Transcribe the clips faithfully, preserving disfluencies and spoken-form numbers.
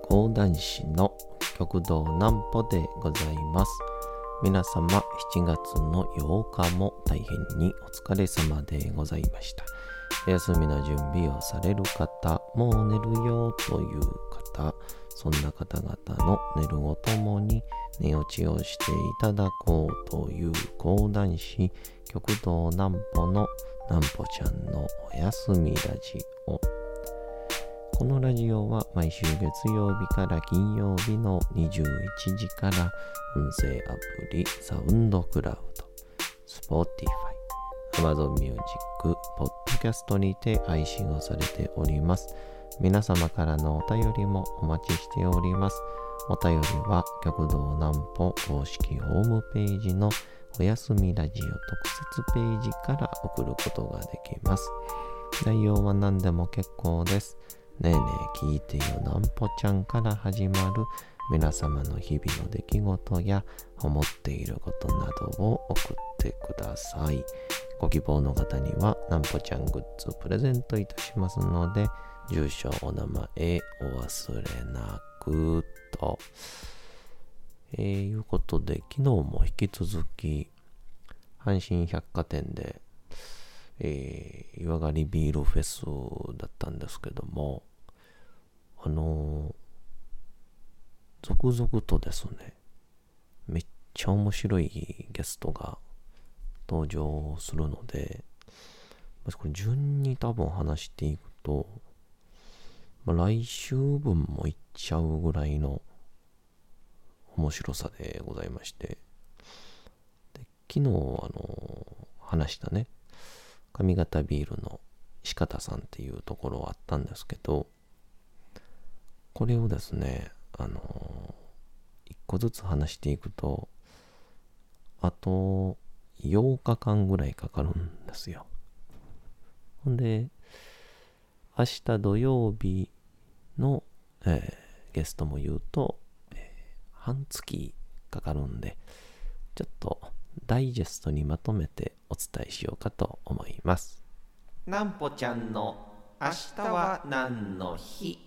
講談師の極道南歩でございます。皆様しちがつのようかも大変にお疲れ様でございました。お休みの準備をされる方、もう寝るよという方、そんな方々の寝るをともに寝落ちをしていただこうという講談師極道南歩の南歩ちゃんのおやすみラジオ。このラジオは毎週月曜日から金曜日のにじゅういちじから音声アプリサウンドクラウド、Spotify、Amazon Music、ポッドキャストにて配信をされております。皆様からのお便りもお待ちしております。お便りは極道南歩公式ホームページのおやすみラジオ特設ページから送ることができます。内容は何でも結構です。ねえねえ聞いてよ南歩ちゃんから始まる皆様の日々の出来事や思っていることなどを送ってください。ご希望の方には南歩ちゃんグッズプレゼントいたしますので、住所お名前お忘れなくと、えー、いうことで、昨日も引き続き阪神百貨店で、えー、湯上がりビールフェスだったんですけども、あのー、続々とですね、めっちゃ面白いゲストが登場するので、まずこれ順に多分話していくと、まあ、来週分もいっちゃうぐらいの面白さでございまして、で昨日あの話したね、上方ビールの四方さんっていうところあったんですけど、これをですね、あの一個ずつ話していくと、あとようかかんぐらいかかるんですよ。ほんで、明日土曜日の、えー、ゲストも言うと、えー、半月かかるんで、ちょっとダイジェストにまとめてお伝えしようかと思います。南歩ちゃんの明日は何の日。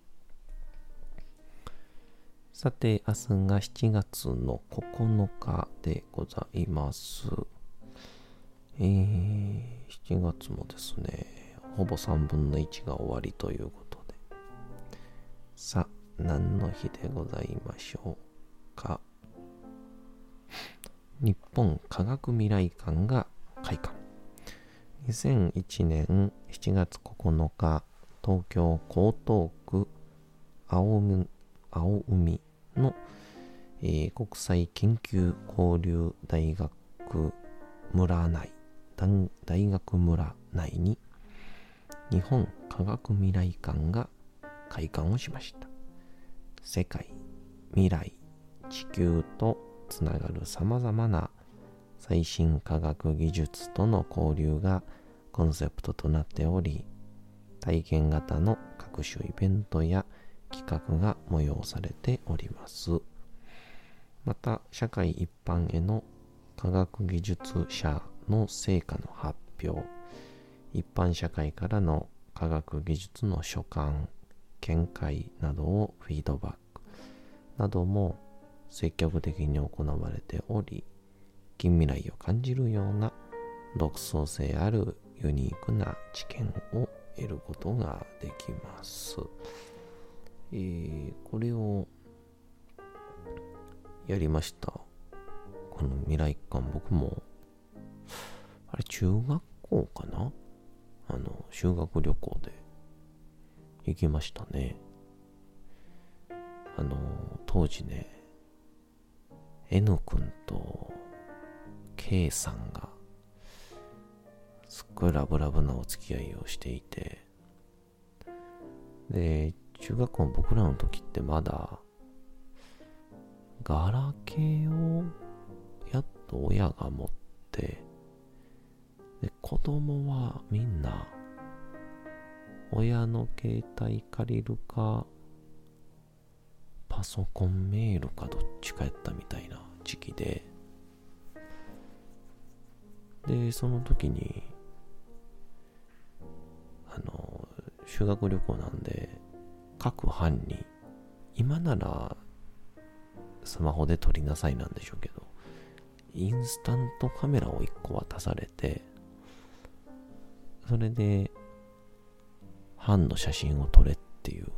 さて、明日がしちがつのここのかでございます。えー、しちがつもですね、ほぼさんぶんのいちが終わりということで、さあ、何の日でございましょうか。日本科学未来館が開館。にせんいちねんしちがつここのか、東京江東区青海、青海の、えー、国際研究交流大学村内、大学村内に日本科学未来館が開館をしました。世界、未来、地球とつながるさまざまな最新科学技術との交流がコンセプトとなっており、体験型の各種イベントや企画が催されております。また、社会一般への科学技術者の成果の発表、一般社会からの科学技術の所感、見解などをフィードバックなども積極的に行われており、近未来を感じるような独創性あるユニークな知見を得ることができます。えー、これをやりました。この未来館、僕もあれ中学校かな、あの修学旅行で行きましたね。あの当時ね、N 君と K さんがすっごいラブラブなお付き合いをしていて、で中学校の僕らの時ってまだガラケーをやっと親が持って、で子供はみんな親の携帯借りるかパソコンメールかどっちかやったみたいな時期で、でその時にあの修学旅行なんで各班に今ならスマホで撮りなさいなんでしょうけど、インスタントカメラをいっこ渡されて、それで班の写真を撮れっていう、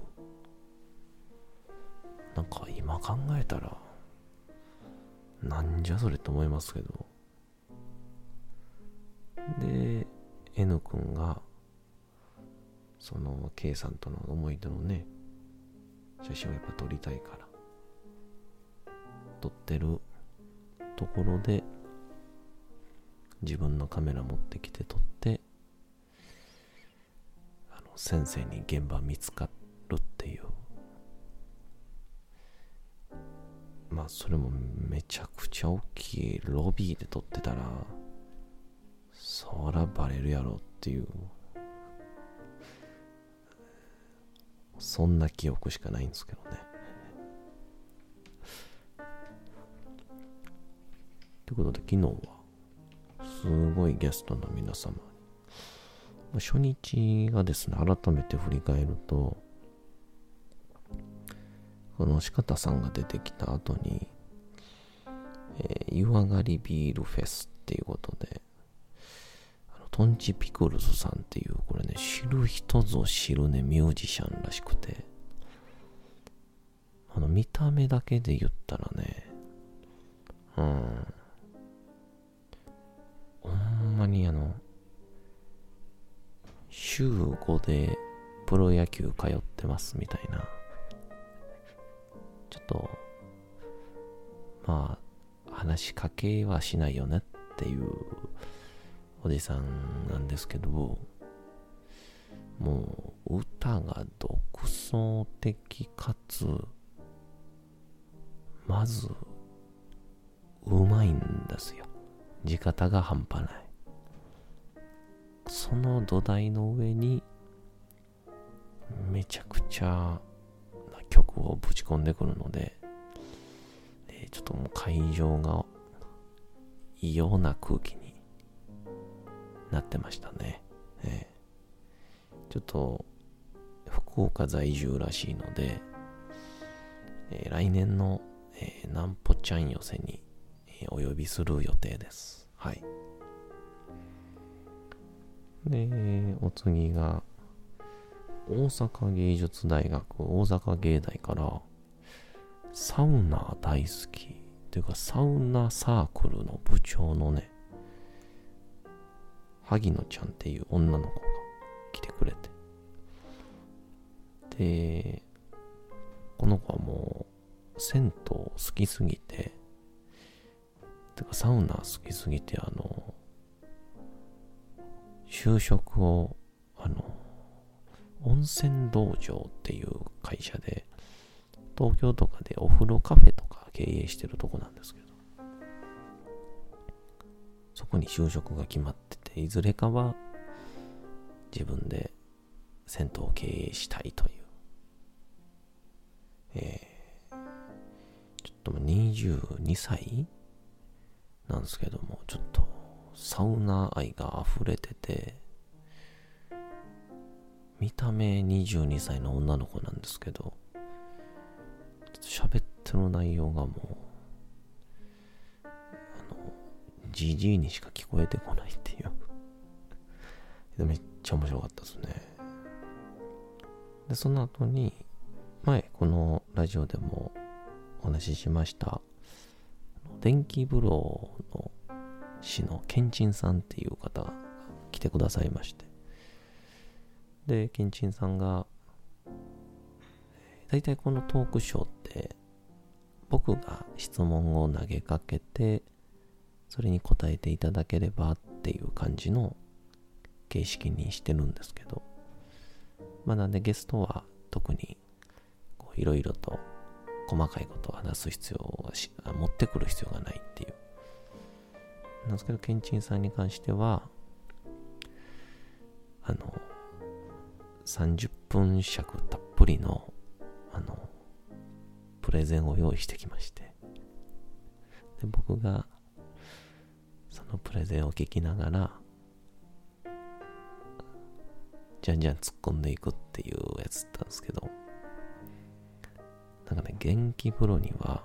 なんか今考えたらなんじゃそれと思いますけど、で N 君がその K さんとの思い出のね写真をやっぱ撮りたいから撮ってるところで自分のカメラ持ってきて撮って、あの先生に現場見つかるっていう、まあそれもめちゃくちゃ大きいロビーで撮ってたらそらバレるやろっていう、そんな記憶しかないんですけどね。ということで昨日はすごいゲストの皆様に、初日がですね、改めて振り返ると、この四方さんが出てきた後に、えー、湯上がりビールフェスっていうことで、あのトンチピクルスさんっていう、これね、知る人ぞ知るねミュージシャンらしくて、あの見た目だけで言ったらね、うんほんまにあの週ごでプロ野球通ってますみたいな、ちょっとまあ話しかけはしないよねっていうおじさんなんですけど、もう歌が独創的かつまずうまいんですよ。地方が半端ない。その土台の上にめちゃくちゃな曲をぶち込んでくるので、えー、ちょっともう会場が異様な空気になってましたね。えー、ちょっと福岡在住らしいので、えー、来年の、えー、なんぽちゃん寄せにお呼びする予定です。はい。で、お次が大阪芸術大学大阪芸大からサウナ大好きというかサウナサークルの部長のね萩野ちゃんっていう女の子が来てくれて、でこの子はもう銭湯好きすぎて、てかサウナ好きすぎて、あの就職をあの温泉道場っていう会社で東京とかでお風呂カフェとか経営してるとこなんですけど、そこに就職が決まってて、いずれかは自分で銭湯を経営したいという、えー、ちょっとにじゅうにさいなんですけども、ちょっとサウナ愛が溢れてて、見た目にじゅうにさいの女の子なんですけど、喋ってる内容がもうあのジジイにしか聞こえてこないっていうめっちゃ面白かったですね。でその後に前このラジオでもお話ししました電気風呂の師のケンチンさんっていう方が来てくださいまして、でケンチンさんがだいたいこのトークショーって僕が質問を投げかけてそれに答えていただければっていう感じの形式にしてるんですけど、まあなんでゲストは特にいろいろと細かいことを話す必要がし持ってくる必要がないっていうなんですけど、ケンチンさんに関してはあのさんじゅっぷん尺たっぷりのあのプレゼンを用意してきまして、で僕がそのプレゼンを聞きながらじゃんじゃん突っ込んでいくっていうやつだったんですけど、 なんかね、元気風呂には、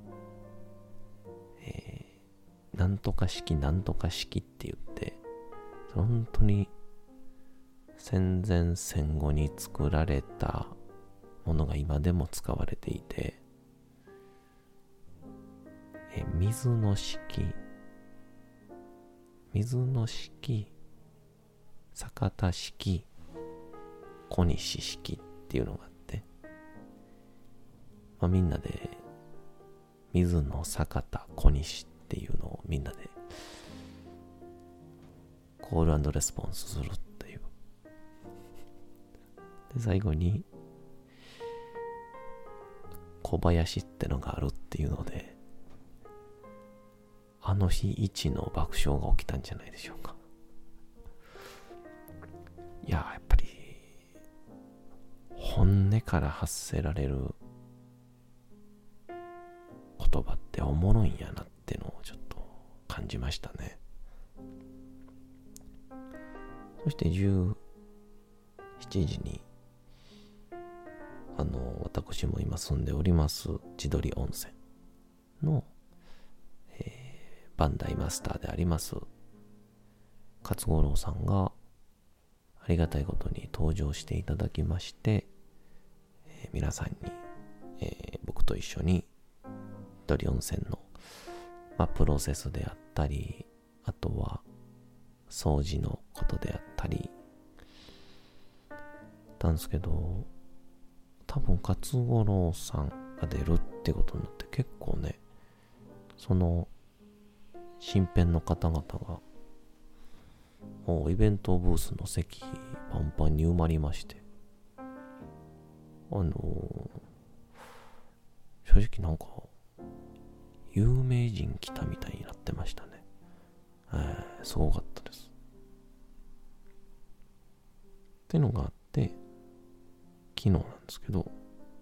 えー、なんとか式なんとか式って言って、本当に戦前戦後に作られたものが今でも使われていて、え水の式、水の式、酒田式、小西式っていうのがあって、まあ、みんなで水の酒田小西っていうのをみんなでコール&レスポンスするっていう。で、最後に小林ってのがあるっていうので、あの日一の爆笑が起きたんじゃないでしょうか。いや、やっぱり本音から発せられる言葉っておもろいんやなってのをちょっと感じましたね。そしてじゅうしちじにあの私も今住んでおります千鳥温泉の、えー、バンダイマスターであります勝五郎さんがありがたいことに登場していただきまして、えー、皆さんに、えー、僕と一緒に千鳥温泉の、まあ、プロセスであったり、あとは掃除のことであったりたんですけど、多分勝五郎さんが出るってことになって結構ね、その身辺の方々がもうイベントブースの席パンパンに埋まりまして、あのー、正直なんか有名人来たみたいになってましたね。えー、すごかったです。ってのがあって、昨日なんですけど、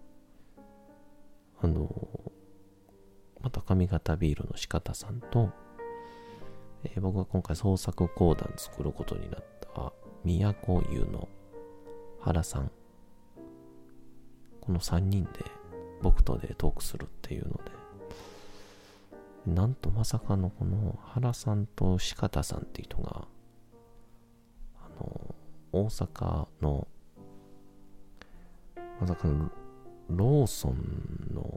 あのー、また上方ビールの四方さんと、えー、僕が今回創作講談作ることになった都湯の原さん、このさんにんで僕とでトークするっていうので、なんとまさかのこの原さんと四方さんっていう人があの大阪のまさかのローソンの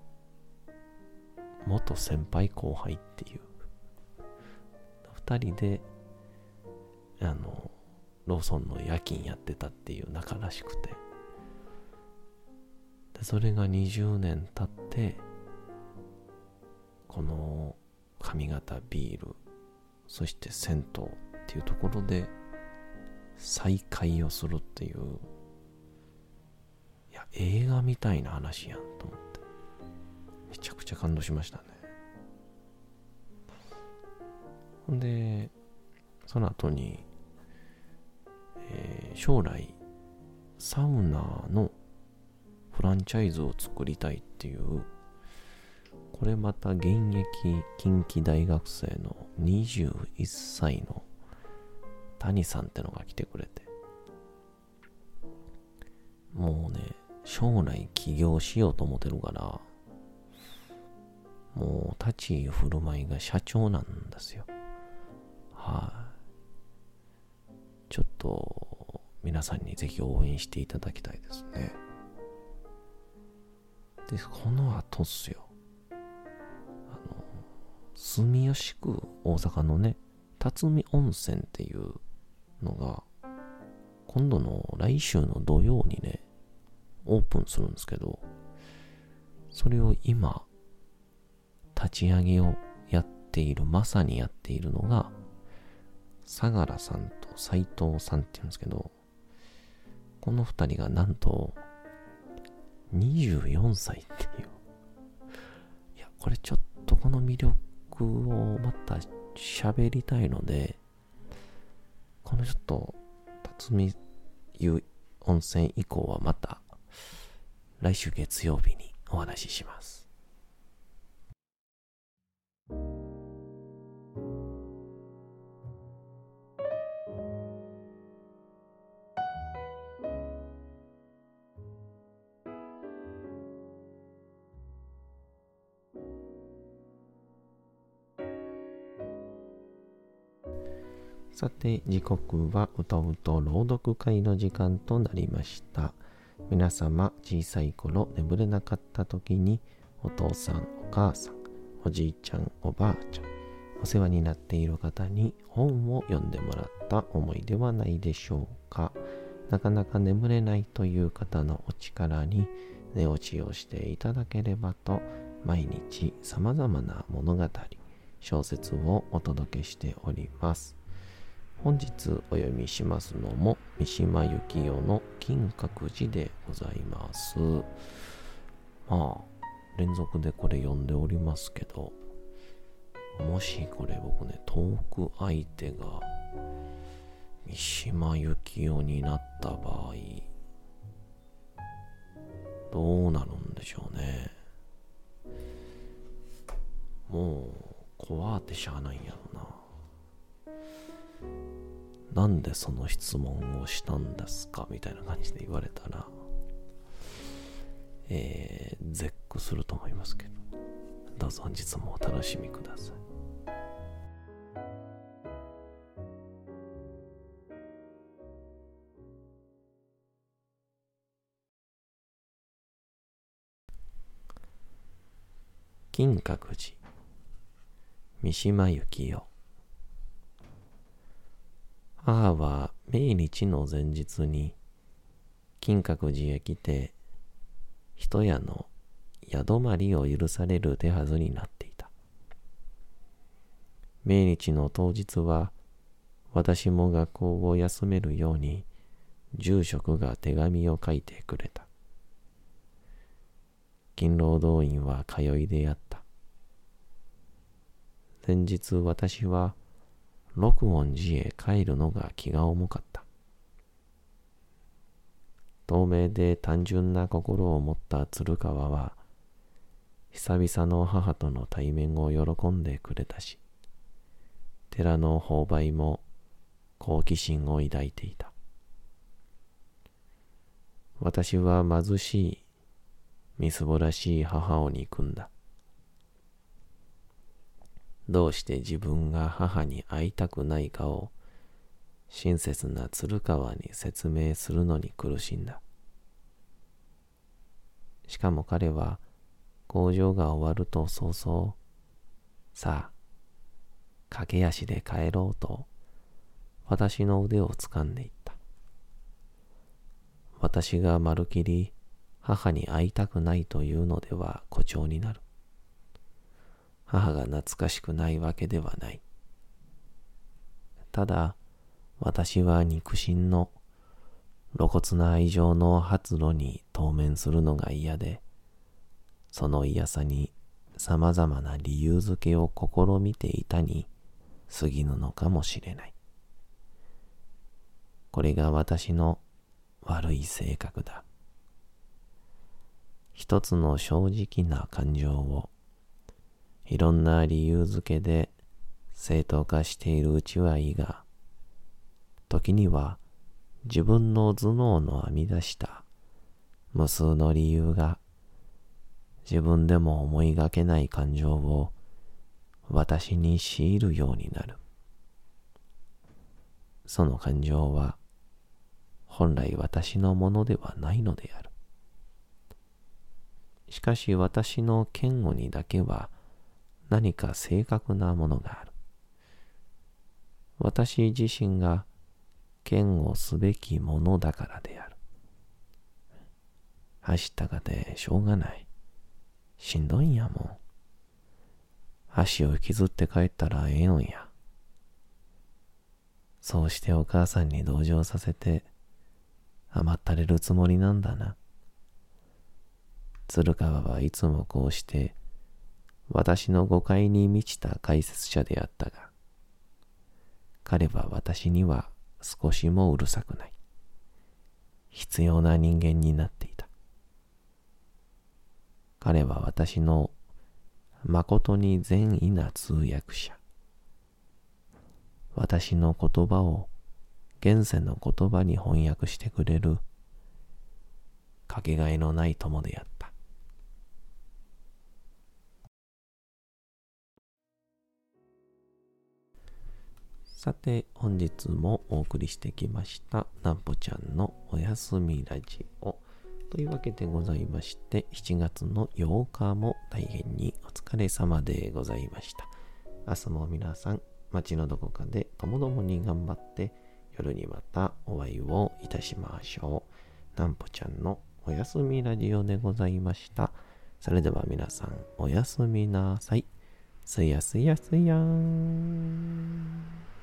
元先輩後輩っていう二人であのローソンの夜勤やってたっていう仲らしくて、でそれがにじゅうねん経ってこの上方ビールそして銭湯っていうところで再会をするっていう、いや映画みたいな話やんと思ってめちゃくちゃ感動しましたね。ほんでその後に、えー、将来サウナのフランチャイズを作りたいっていう、これまた現役近畿大学生のにじゅういっさいの谷さんってのが来てくれて、もうね将来起業しようと思ってるから、もう立ち居振る舞いが社長なんですよ。はい、ちょっと皆さんにぜひ応援していただきたいですね。でこの後っすよ、あの住吉区大阪のね辰巳温泉っていうのが今度の来週の土曜にねオープンするんですけど、それを今立ち上げをやっている、まさにやっているのが相良さんと斉藤さんっていうんですけど、この二人がなんとにじゅうよんさいっていう、いやこれちょっとこの魅力をまた喋りたいので、このちょっと辰巳湯温泉以降はまた来週月曜日にお話しします。 さて、時刻は歌うと朗読会の時間となりました。皆様、小さい頃眠れなかった時に、お父さん、お母さん、おじいちゃん、おばあちゃん、お世話になっている方に本を読んでもらった思いではないでしょうか。なかなか眠れないという方のお力に寝落ちをしていただければと、毎日様々な物語、小説をお届けしております。本日お読みしますのも三島由紀夫の金閣寺でございます。まあ連続でこれ読んでおりますけど、もしこれ僕ね、トーク相手が三島由紀夫になった場合どうなるんでしょうね。もう怖ってしゃあないんやろな。なんでその質問をしたんですかみたいな感じで言われたら、えー、絶句すると思いますけど、どうぞ本日もお楽しみください。金閣寺、三島由紀夫。母は命日の前日に金閣寺へ来て、一夜の宿泊りを許される手はずになっていた。命日の当日は、私も学校を休めるように住職が手紙を書いてくれた。勤労動員は通いであった。前日私は六恩寺へ帰るのが気が重かった。透明で単純な心を持った鶴川は、久々の母との対面を喜んでくれたし、寺の購買も好奇心を抱いていた。私は貧しい、みすぼらしい母を憎んだ。どうして自分が母に会いたくないかを親切な鶴川に説明するのに苦しんだ。しかも彼は工場が終わると早々、さあ、駆け足で帰ろうと私の腕を掴んでいった。私がまるきり母に会いたくないというのでは誇張になる。母が懐かしくないわけではない。ただ、私は肉親の露骨な愛情の発露に当面するのが嫌で、その嫌さに様々な理由づけを試みていたに過ぎぬのかもしれない。これが私の悪い性格だ。一つの正直な感情をいろんな理由づけで正当化しているうちはいいが、時には自分の頭脳の編み出した無数の理由が自分でも思いがけない感情を私に強いるようになる。その感情は本来私のものではないのである。しかし私の嫌悪にだけは何か正確なものがある。私自身が嫌悪すべきものだからである。走ったかてしょうがない。しんどいんやもん。足を引きずって帰ったらええのんや。そうしてお母さんに同情させて甘ったれるつもりなんだな。鶴川はいつもこうして私の誤解に満ちた解説者であったが、彼は私には少しもうるさくない。必要な人間になっていた。彼は私の誠に善意な通訳者。私の言葉を現世の言葉に翻訳してくれるかけがえのない友であった。 さて、本日もお送りしてきましたなんぽちゃんのおやすみラジオというわけでございまして、しちがつのようかも大変にお疲れ様でございました。明日も皆さん街のどこかでともどもに頑張って夜にまたお会いをいたしましょう。なんぽちゃんのおやすみラジオでございました。それでは皆さんおやすみなさい。すやすやすやーん。